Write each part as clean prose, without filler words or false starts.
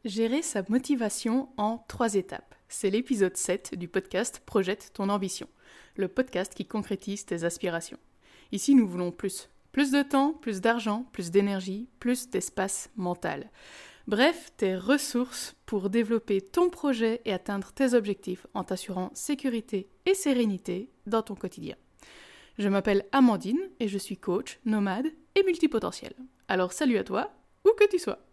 Gérer sa motivation en 3 étapes. C'est l'épisode 7 du podcast Projette ton ambition, le podcast qui concrétise tes aspirations. Ici, nous voulons plus. Plus de temps, plus d'argent, plus d'énergie, plus d'espace mental. Bref, tes ressources pour développer ton projet et atteindre tes objectifs en t'assurant sécurité et sérénité dans ton quotidien. Je m'appelle Amandine et je suis coach, nomade et multipotentiel. Alors salut à toi, où que tu sois.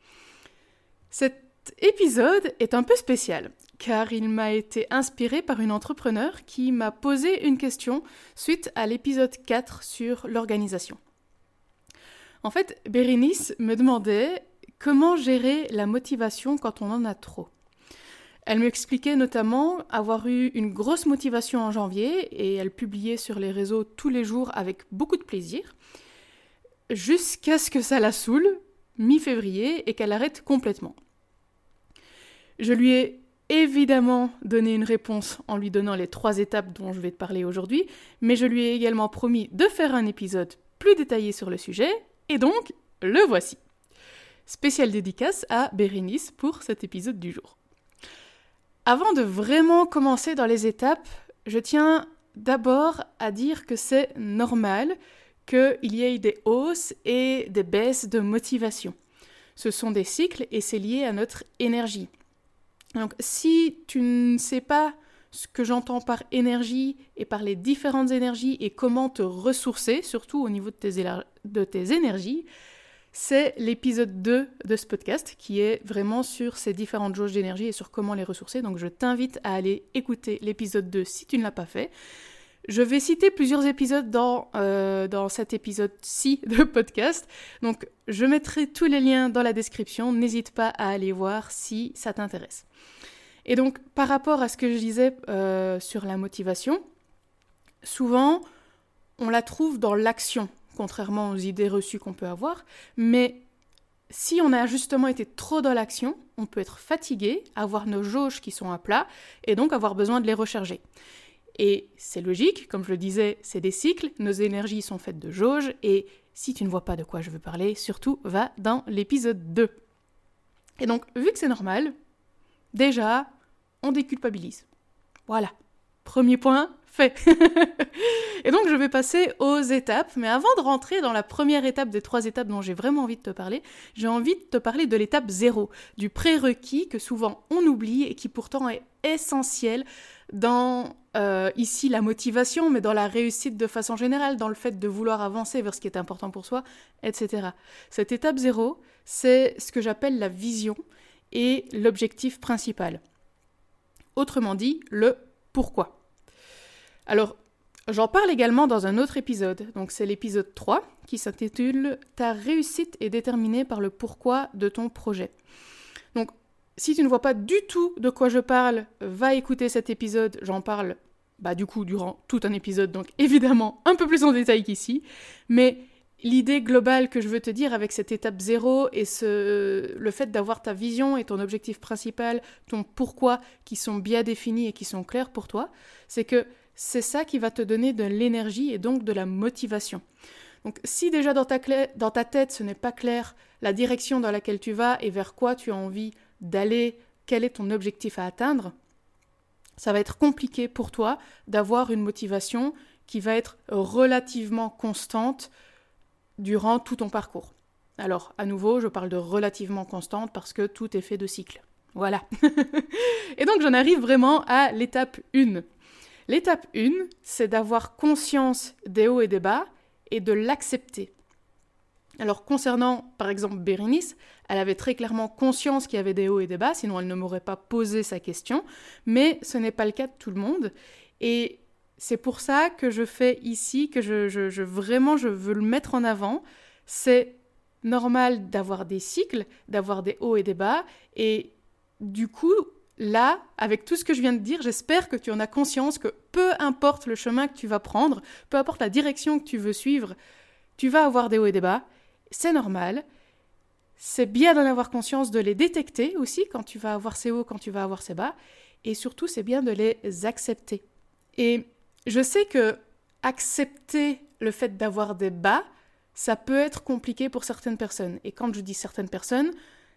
Cet épisode est un peu spécial, car il m'a été inspiré par une entrepreneure qui m'a posé une question suite à l'épisode 4 sur l'organisation. En fait, Bérénice me demandait comment gérer la motivation quand on en a trop. Elle m'expliquait notamment avoir eu une grosse motivation en janvier et elle publiait sur les réseaux tous les jours avec beaucoup de plaisir, jusqu'à ce que ça la saoule, mi-février, et qu'elle arrête complètement. Je lui ai évidemment donné une réponse en lui donnant les 3 étapes dont je vais te parler aujourd'hui, mais je lui ai également promis de faire un épisode plus détaillé sur le sujet, et donc, le voici. Spéciale dédicace à Bérénice pour cet épisode du jour. Avant de vraiment commencer dans les étapes, je tiens d'abord à dire que c'est normal qu'il y ait des hausses et des baisses de motivation. Ce sont des cycles et c'est lié à notre énergie. Donc si tu ne sais pas ce que j'entends par énergie et par les différentes énergies et comment te ressourcer, surtout au niveau de tes énergies, c'est l'épisode 2 de ce podcast qui est vraiment sur ces différentes jauges d'énergie et sur comment les ressourcer. Donc je t'invite à aller écouter l'épisode 2 si tu ne l'as pas fait. Je vais citer plusieurs épisodes dans cet épisode-ci de podcast. Donc je mettrai tous les liens dans la description. N'hésite pas à aller voir si ça t'intéresse. Et donc par rapport à ce que je disais sur la motivation, souvent on la trouve dans l'action, contrairement aux idées reçues qu'on peut avoir. Mais si on a justement été trop dans l'action, on peut être fatigué, avoir nos jauges qui sont à plat et donc avoir besoin de les recharger. Et c'est logique, comme je le disais, c'est des cycles, nos énergies sont faites de jauges, et si tu ne vois pas de quoi je veux parler, surtout va dans l'épisode 2. Et donc, vu que c'est normal, déjà, on déculpabilise. Voilà, premier point, fait. Et donc, je vais passer aux étapes, mais avant de rentrer dans la première étape des 3 étapes dont j'ai vraiment envie de te parler, j'ai envie de te parler de l'étape 0, du prérequis que souvent on oublie et qui pourtant est essentiel dans ici la motivation, mais dans la réussite de façon générale, dans le fait de vouloir avancer vers ce qui est important pour soi, etc. Cette étape 0, c'est ce que j'appelle la vision et l'objectif principal. Autrement dit, le pourquoi. Alors, j'en parle également dans un autre épisode, donc c'est l'épisode 3, qui s'intitule « Ta réussite est déterminée par le pourquoi de ton projet ». Donc, si tu ne vois pas du tout de quoi je parle, va écouter cet épisode, j'en parle durant tout un épisode, donc évidemment un peu plus en détail qu'ici, mais l'idée globale que je veux te dire avec cette étape 0 et le fait d'avoir ta vision et ton objectif principal, ton pourquoi qui sont bien définis et qui sont clairs pour toi, c'est que c'est ça qui va te donner de l'énergie et donc de la motivation. Donc si déjà dans ta tête ce n'est pas clair la direction dans laquelle tu vas et vers quoi tu as envie d'aller, quel est ton objectif à atteindre, ça va être compliqué pour toi d'avoir une motivation qui va être relativement constante durant tout ton parcours. Alors, à nouveau, je parle de relativement constante parce que tout est fait de cycles. Voilà. Et donc, j'en arrive vraiment à l'étape 1. L'étape 1, c'est d'avoir conscience des hauts et des bas et de l'accepter. Alors, concernant, par exemple, Bérénice, elle avait très clairement conscience qu'il y avait des hauts et des bas, sinon elle ne m'aurait pas posé sa question, mais ce n'est pas le cas de tout le monde. Et c'est pour ça que je fais ici, que je veux le mettre en avant. C'est normal d'avoir des cycles, d'avoir des hauts et des bas, et du coup, là, avec tout ce que je viens de dire, j'espère que tu en as conscience que peu importe le chemin que tu vas prendre, peu importe la direction que tu veux suivre, tu vas avoir des hauts et des bas. C'est normal. C'est bien d'en avoir conscience, de les détecter aussi quand tu vas avoir ces hauts, quand tu vas avoir ces bas. Et surtout, c'est bien de les accepter. Et je sais que accepter le fait d'avoir des bas, ça peut être compliqué pour certaines personnes. Et quand je dis certaines personnes,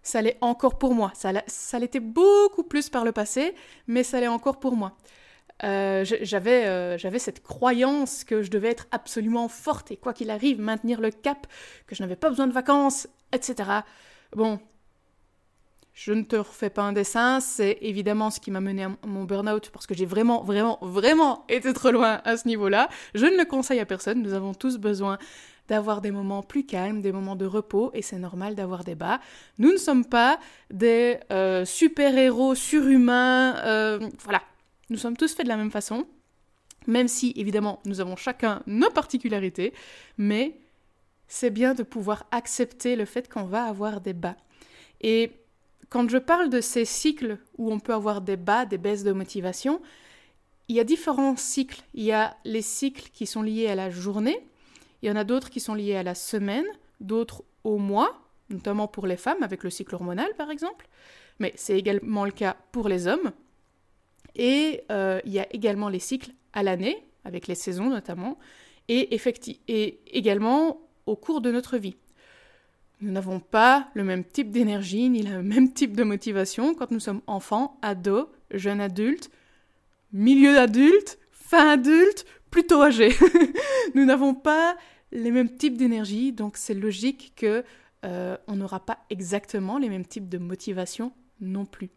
ça l'est encore pour moi. Ça l'était beaucoup plus par le passé, mais ça l'est encore pour moi. J'avais cette croyance que je devais être absolument forte et quoi qu'il arrive, maintenir le cap, que je n'avais pas besoin de vacances, etc. Bon, je ne te refais pas un dessin, c'est évidemment ce qui m'a mené à mon burn-out parce que j'ai vraiment, vraiment, vraiment été trop loin à ce niveau-là. Je ne le conseille à personne, nous avons tous besoin d'avoir des moments plus calmes, des moments de repos, et c'est normal d'avoir des bas. Nous ne sommes pas des super-héros surhumains, voilà. Nous sommes tous faits de la même façon, même si, évidemment, nous avons chacun nos particularités, mais c'est bien de pouvoir accepter le fait qu'on va avoir des bas. Et quand je parle de ces cycles où on peut avoir des bas, des baisses de motivation, il y a différents cycles. Il y a les cycles qui sont liés à la journée, il y en a d'autres qui sont liés à la semaine, d'autres au mois, notamment pour les femmes, avec le cycle hormonal par exemple, mais c'est également le cas pour les hommes. Et il y a également les cycles à l'année, avec les saisons notamment, et également au cours de notre vie. Nous n'avons pas le même type d'énergie, ni le même type de motivation quand nous sommes enfants, ados, jeunes adultes, milieu adulte, fin adulte, plutôt âgés. Nous n'avons pas les mêmes types d'énergie, donc c'est logique que on n'aura pas exactement les mêmes types de motivation non plus.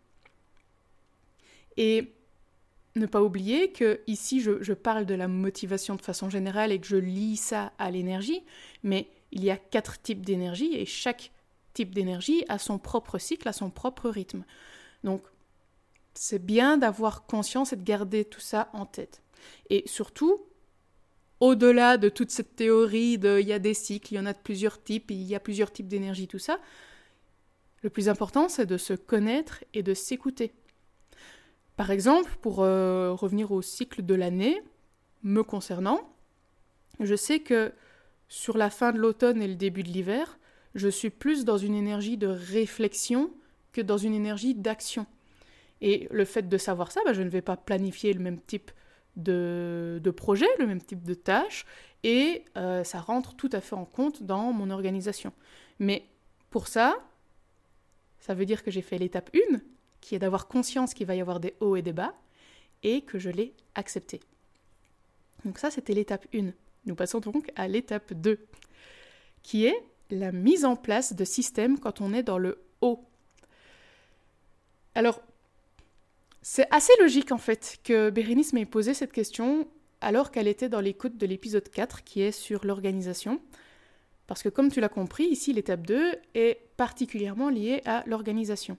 Et ne pas oublier que ici je parle de la motivation de façon générale et que je lie ça à l'énergie, mais il y a 4 types d'énergie et chaque type d'énergie a son propre cycle, a son propre rythme. Donc c'est bien d'avoir conscience et de garder tout ça en tête. Et surtout, au-delà de toute cette théorie de il y a des cycles, il y en a de plusieurs types, il y a plusieurs types d'énergie, tout ça, le plus important c'est de se connaître et de s'écouter. Par exemple, pour revenir au cycle de l'année, me concernant, je sais que sur la fin de l'automne et le début de l'hiver, je suis plus dans une énergie de réflexion que dans une énergie d'action. Et le fait de savoir ça, je ne vais pas planifier le même type de projet, le même type de tâche, et ça rentre tout à fait en compte dans mon organisation. Mais pour ça, ça veut dire que j'ai fait l'étape 1, qui est d'avoir conscience qu'il va y avoir des hauts et des bas, et que je l'ai accepté. Donc ça, c'était l'étape 1. Nous passons donc à l'étape 2, qui est la mise en place de systèmes quand on est dans le haut. Alors, c'est assez logique en fait que Bérénice m'ait posé cette question alors qu'elle était dans l'écoute de l'épisode 4, qui est sur l'organisation. Parce que comme tu l'as compris, ici, l'étape 2 est particulièrement liée à l'organisation.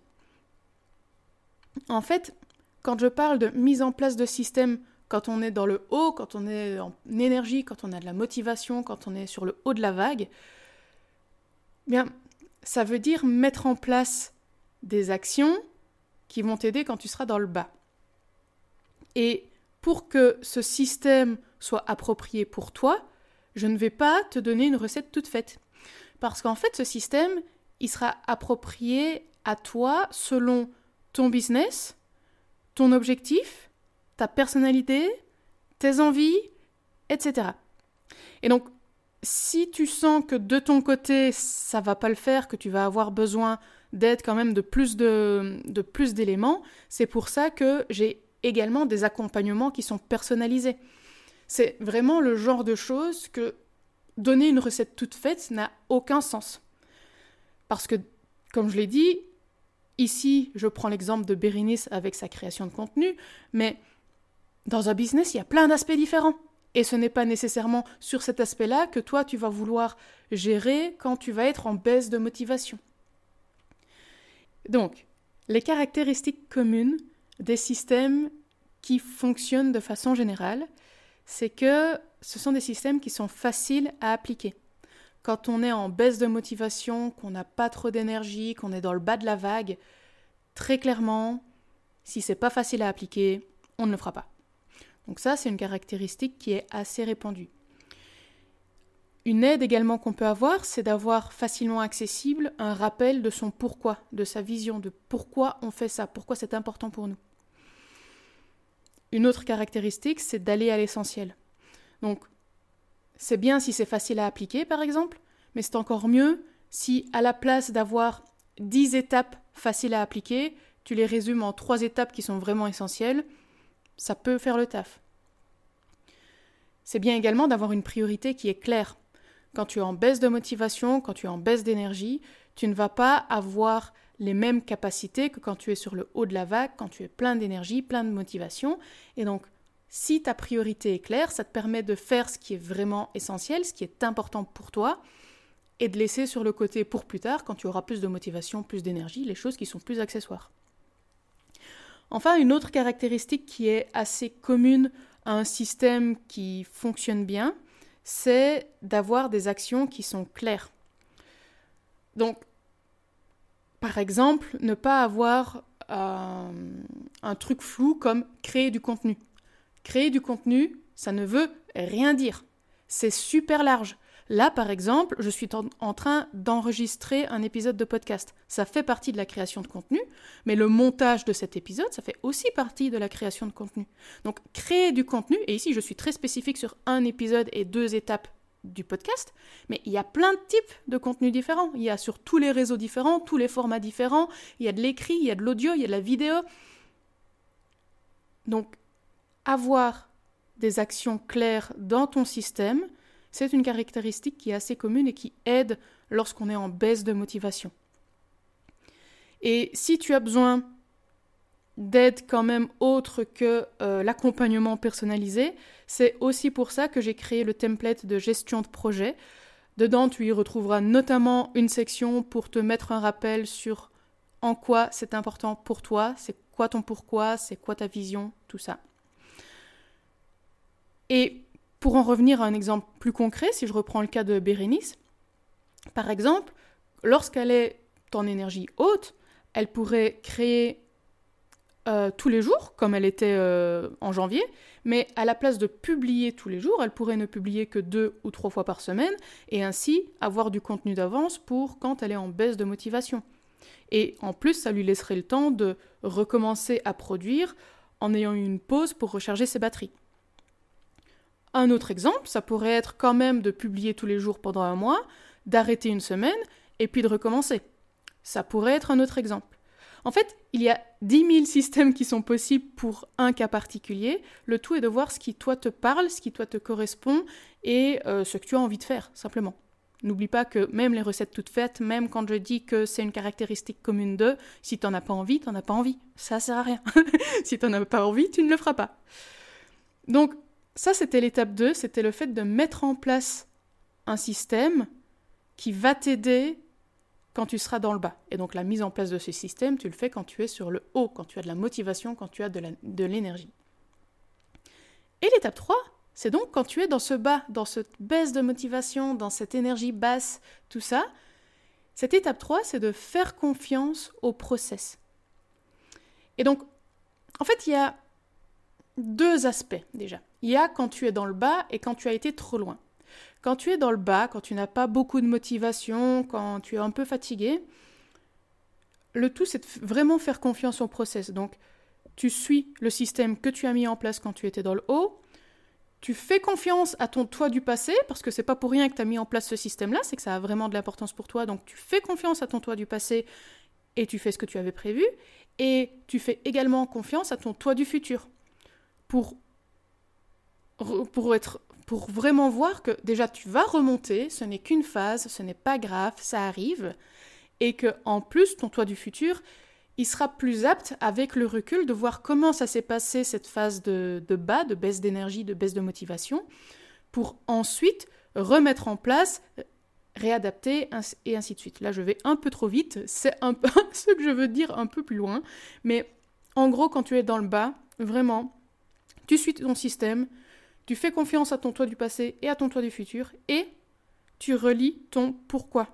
En fait, quand je parle de mise en place de système quand on est dans le haut, quand on est en énergie, quand on a de la motivation, quand on est sur le haut de la vague, bien, ça veut dire mettre en place des actions qui vont t'aider quand tu seras dans le bas. Et pour que ce système soit approprié pour toi, je ne vais pas te donner une recette toute faite. Parce qu'en fait, ce système, il sera approprié à toi selon ton business, ton objectif, ta personnalité, tes envies, etc. Et donc, si tu sens que de ton côté, ça va pas le faire, que tu vas avoir besoin d'aide quand même de plus d'éléments, c'est pour ça que j'ai également des accompagnements qui sont personnalisés. C'est vraiment le genre de choses que donner une recette toute faite n'a aucun sens. Parce que, comme je l'ai dit, ici, je prends l'exemple de Bérénice avec sa création de contenu, mais dans un business, il y a plein d'aspects différents. Et ce n'est pas nécessairement sur cet aspect-là que toi, tu vas vouloir gérer quand tu vas être en baisse de motivation. Donc, les caractéristiques communes des systèmes qui fonctionnent de façon générale, c'est que ce sont des systèmes qui sont faciles à appliquer. Quand on est en baisse de motivation, qu'on n'a pas trop d'énergie, qu'on est dans le bas de la vague, très clairement, si c'est pas facile à appliquer, on ne le fera pas. Donc ça, c'est une caractéristique qui est assez répandue. Une aide également qu'on peut avoir, c'est d'avoir facilement accessible un rappel de son pourquoi, de sa vision, de pourquoi on fait ça, pourquoi c'est important pour nous. Une autre caractéristique, c'est d'aller à l'essentiel. Donc, c'est bien si c'est facile à appliquer, par exemple, mais c'est encore mieux si, à la place d'avoir 10 étapes faciles à appliquer, tu les résumes en 3 étapes qui sont vraiment essentielles, ça peut faire le taf. C'est bien également d'avoir une priorité qui est claire. Quand tu es en baisse de motivation, quand tu es en baisse d'énergie, tu ne vas pas avoir les mêmes capacités que quand tu es sur le haut de la vague, quand tu es plein d'énergie, plein de motivation. Et donc, si ta priorité est claire, ça te permet de faire ce qui est vraiment essentiel, ce qui est important pour toi, et de laisser sur le côté pour plus tard, quand tu auras plus de motivation, plus d'énergie, les choses qui sont plus accessoires. Enfin, une autre caractéristique qui est assez commune à un système qui fonctionne bien, c'est d'avoir des actions qui sont claires. Donc, par exemple, ne pas avoir un truc flou comme créer du contenu. Créer du contenu, ça ne veut rien dire. C'est super large. Là, par exemple, je suis en train d'enregistrer un épisode de podcast. Ça fait partie de la création de contenu, mais le montage de cet épisode, ça fait aussi partie de la création de contenu. Donc, créer du contenu, et ici, je suis très spécifique sur un épisode et 2 étapes du podcast, mais il y a plein de types de contenus différents. Il y a sur tous les réseaux différents, tous les formats différents. Il y a de l'écrit, il y a de l'audio, il y a de la vidéo. Donc, avoir des actions claires dans ton système, c'est une caractéristique qui est assez commune et qui aide lorsqu'on est en baisse de motivation. Et si tu as besoin d'aide quand même autre que l'accompagnement personnalisé, c'est aussi pour ça que j'ai créé le template de gestion de projet. Dedans, tu y retrouveras notamment une section pour te mettre un rappel sur en quoi c'est important pour toi, c'est quoi ton pourquoi, c'est quoi ta vision, tout ça. Et pour en revenir à un exemple plus concret, si je reprends le cas de Bérénice, par exemple, lorsqu'elle est en énergie haute, elle pourrait créer tous les jours, comme elle était en janvier, mais à la place de publier tous les jours, elle pourrait ne publier que 2 ou 3 fois par semaine, et ainsi avoir du contenu d'avance pour quand elle est en baisse de motivation. Et en plus, ça lui laisserait le temps de recommencer à produire en ayant eu une pause pour recharger ses batteries. Un autre exemple, ça pourrait être quand même de publier tous les jours pendant 1 mois, d'arrêter une semaine, et puis de recommencer. Ça pourrait être un autre exemple. En fait, il y a 10 000 systèmes qui sont possibles pour un cas particulier. Le tout est de voir ce qui, toi, te parle, ce qui, toi, te correspond, et ce que tu as envie de faire, simplement. N'oublie pas que même les recettes toutes faites, même quand je dis que c'est une caractéristique commune d'eux, si t'en as pas envie, t'en as pas envie. Ça sert à rien. Si t'en as pas envie, tu ne le feras pas. Donc, ça, c'était l'étape 2, c'était le fait de mettre en place un système qui va t'aider quand tu seras dans le bas. Et donc la mise en place de ce système, tu le fais quand tu es sur le haut, quand tu as de la motivation, quand tu as de l'énergie. Et l'étape 3, c'est donc quand tu es dans ce bas, dans cette baisse de motivation, dans cette énergie basse, tout ça. Cette étape 3, c'est de faire confiance au process. Et donc, en fait, il y a 2 aspects déjà. Il y a quand tu es dans le bas et quand tu as été trop loin. Quand tu es dans le bas, quand tu n'as pas beaucoup de motivation, quand tu es un peu fatigué, le tout c'est de vraiment faire confiance au process. Donc, tu suis le système que tu as mis en place quand tu étais dans le haut, tu fais confiance à ton toi du passé, parce que c'est pas pour rien que tu as mis en place ce système-là, c'est que ça a vraiment de l'importance pour toi, donc tu fais confiance à ton toi du passé et tu fais ce que tu avais prévu, et tu fais également confiance à ton toi du futur. Pour vraiment voir que déjà tu vas remonter, ce n'est qu'une phase, ce n'est pas grave, ça arrive, et que en plus ton toi du futur, il sera plus apte avec le recul de voir comment ça s'est passé cette phase de bas, de baisse d'énergie, de baisse de motivation, pour ensuite remettre en place, réadapter et ainsi de suite. Là je vais un peu trop vite, c'est un peu ce que je veux dire un peu plus loin, mais en gros quand tu es dans le bas, vraiment, tu suis ton système, tu fais confiance à ton toi du passé et à ton toi du futur, et tu relis ton pourquoi.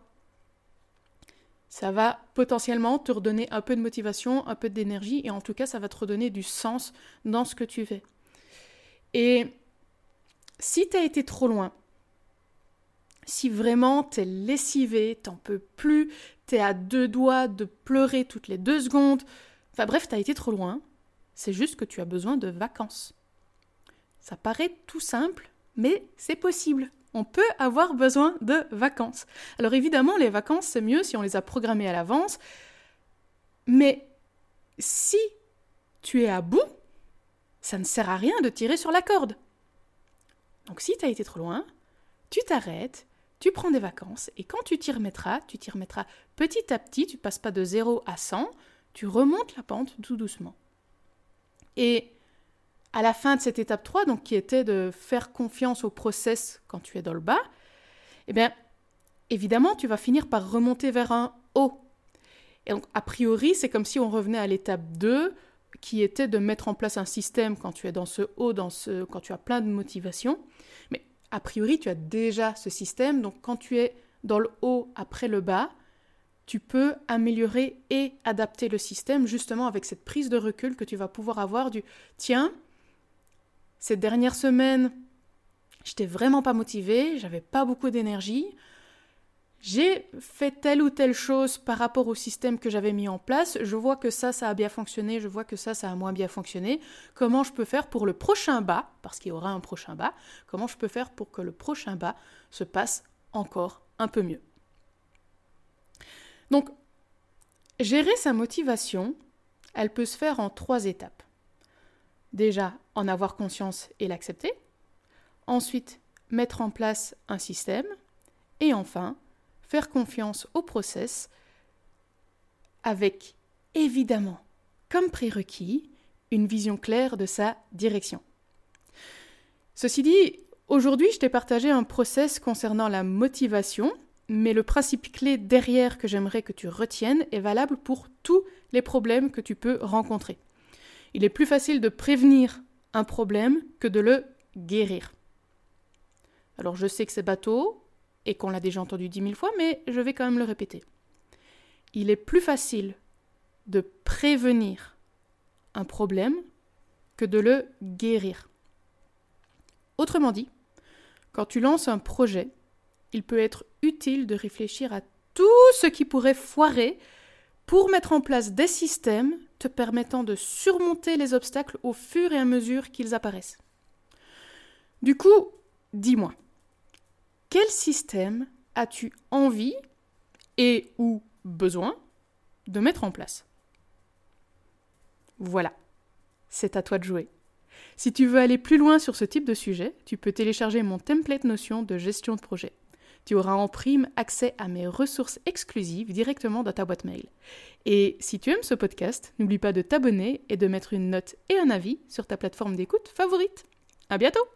Ça va potentiellement te redonner un peu de motivation, un peu d'énergie, et en tout cas, ça va te redonner du sens dans ce que tu fais. Et si tu as été trop loin, si vraiment t'es lessivé, t'en peux plus, t'es à 2 doigts de pleurer toutes les 2 secondes, enfin bref, t'as été trop loin, c'est juste que tu as besoin de vacances. Ça paraît tout simple, mais c'est possible. On peut avoir besoin de vacances. Alors évidemment, les vacances, c'est mieux si on les a programmées à l'avance. Mais si tu es à bout, ça ne sert à rien de tirer sur la corde. Donc si tu as été trop loin, tu t'arrêtes, tu prends des vacances et quand tu t'y remettras petit à petit, tu ne passes pas de 0 à 100, tu remontes la pente tout doucement. Et à la fin de cette étape 3, donc qui était de faire confiance au process quand tu es dans le bas, eh bien, évidemment, tu vas finir par remonter vers un haut. Et donc, a priori, c'est comme si on revenait à l'étape 2, qui était de mettre en place un système quand tu es dans ce haut, quand tu as plein de motivation. Mais a priori, tu as déjà ce système, donc quand tu es dans le haut après le bas, tu peux améliorer et adapter le système justement avec cette prise de recul que tu vas pouvoir avoir du « Tiens, ces dernières semaines, je n'étais vraiment pas motivée, j'avais pas beaucoup d'énergie. J'ai fait telle ou telle chose par rapport au système que j'avais mis en place. Je vois que ça a bien fonctionné, je vois que ça a moins bien fonctionné. Comment je peux faire pour le prochain bas, parce qu'il y aura un prochain bas, comment je peux faire pour que le prochain bas se passe encore un peu mieux ?» Donc, gérer sa motivation, elle peut se faire en 3 étapes. Déjà, en avoir conscience et l'accepter. Ensuite, mettre en place un système. Et enfin, faire confiance au process avec, évidemment, comme prérequis, une vision claire de sa direction. Ceci dit, aujourd'hui, je t'ai partagé un process concernant la motivation, mais le principe clé derrière que j'aimerais que tu retiennes est valable pour tous les problèmes que tu peux rencontrer. Il est plus facile de prévenir un problème que de le guérir. Alors je sais que c'est bateau et qu'on l'a déjà entendu 10 000 fois, mais je vais quand même le répéter. Il est plus facile de prévenir un problème que de le guérir. Autrement dit, quand tu lances un projet, il peut être utile de réfléchir à tout ce qui pourrait foirer pour mettre en place des systèmes te permettant de surmonter les obstacles au fur et à mesure qu'ils apparaissent. Du coup, dis-moi, quel système as-tu envie et ou besoin de mettre en place ? Voilà, c'est à toi de jouer. Si tu veux aller plus loin sur ce type de sujet, tu peux télécharger mon template Notion de gestion de projet. Tu auras en prime accès à mes ressources exclusives directement dans ta boîte mail. Et si tu aimes ce podcast, n'oublie pas de t'abonner et de mettre une note et un avis sur ta plateforme d'écoute favorite. À bientôt!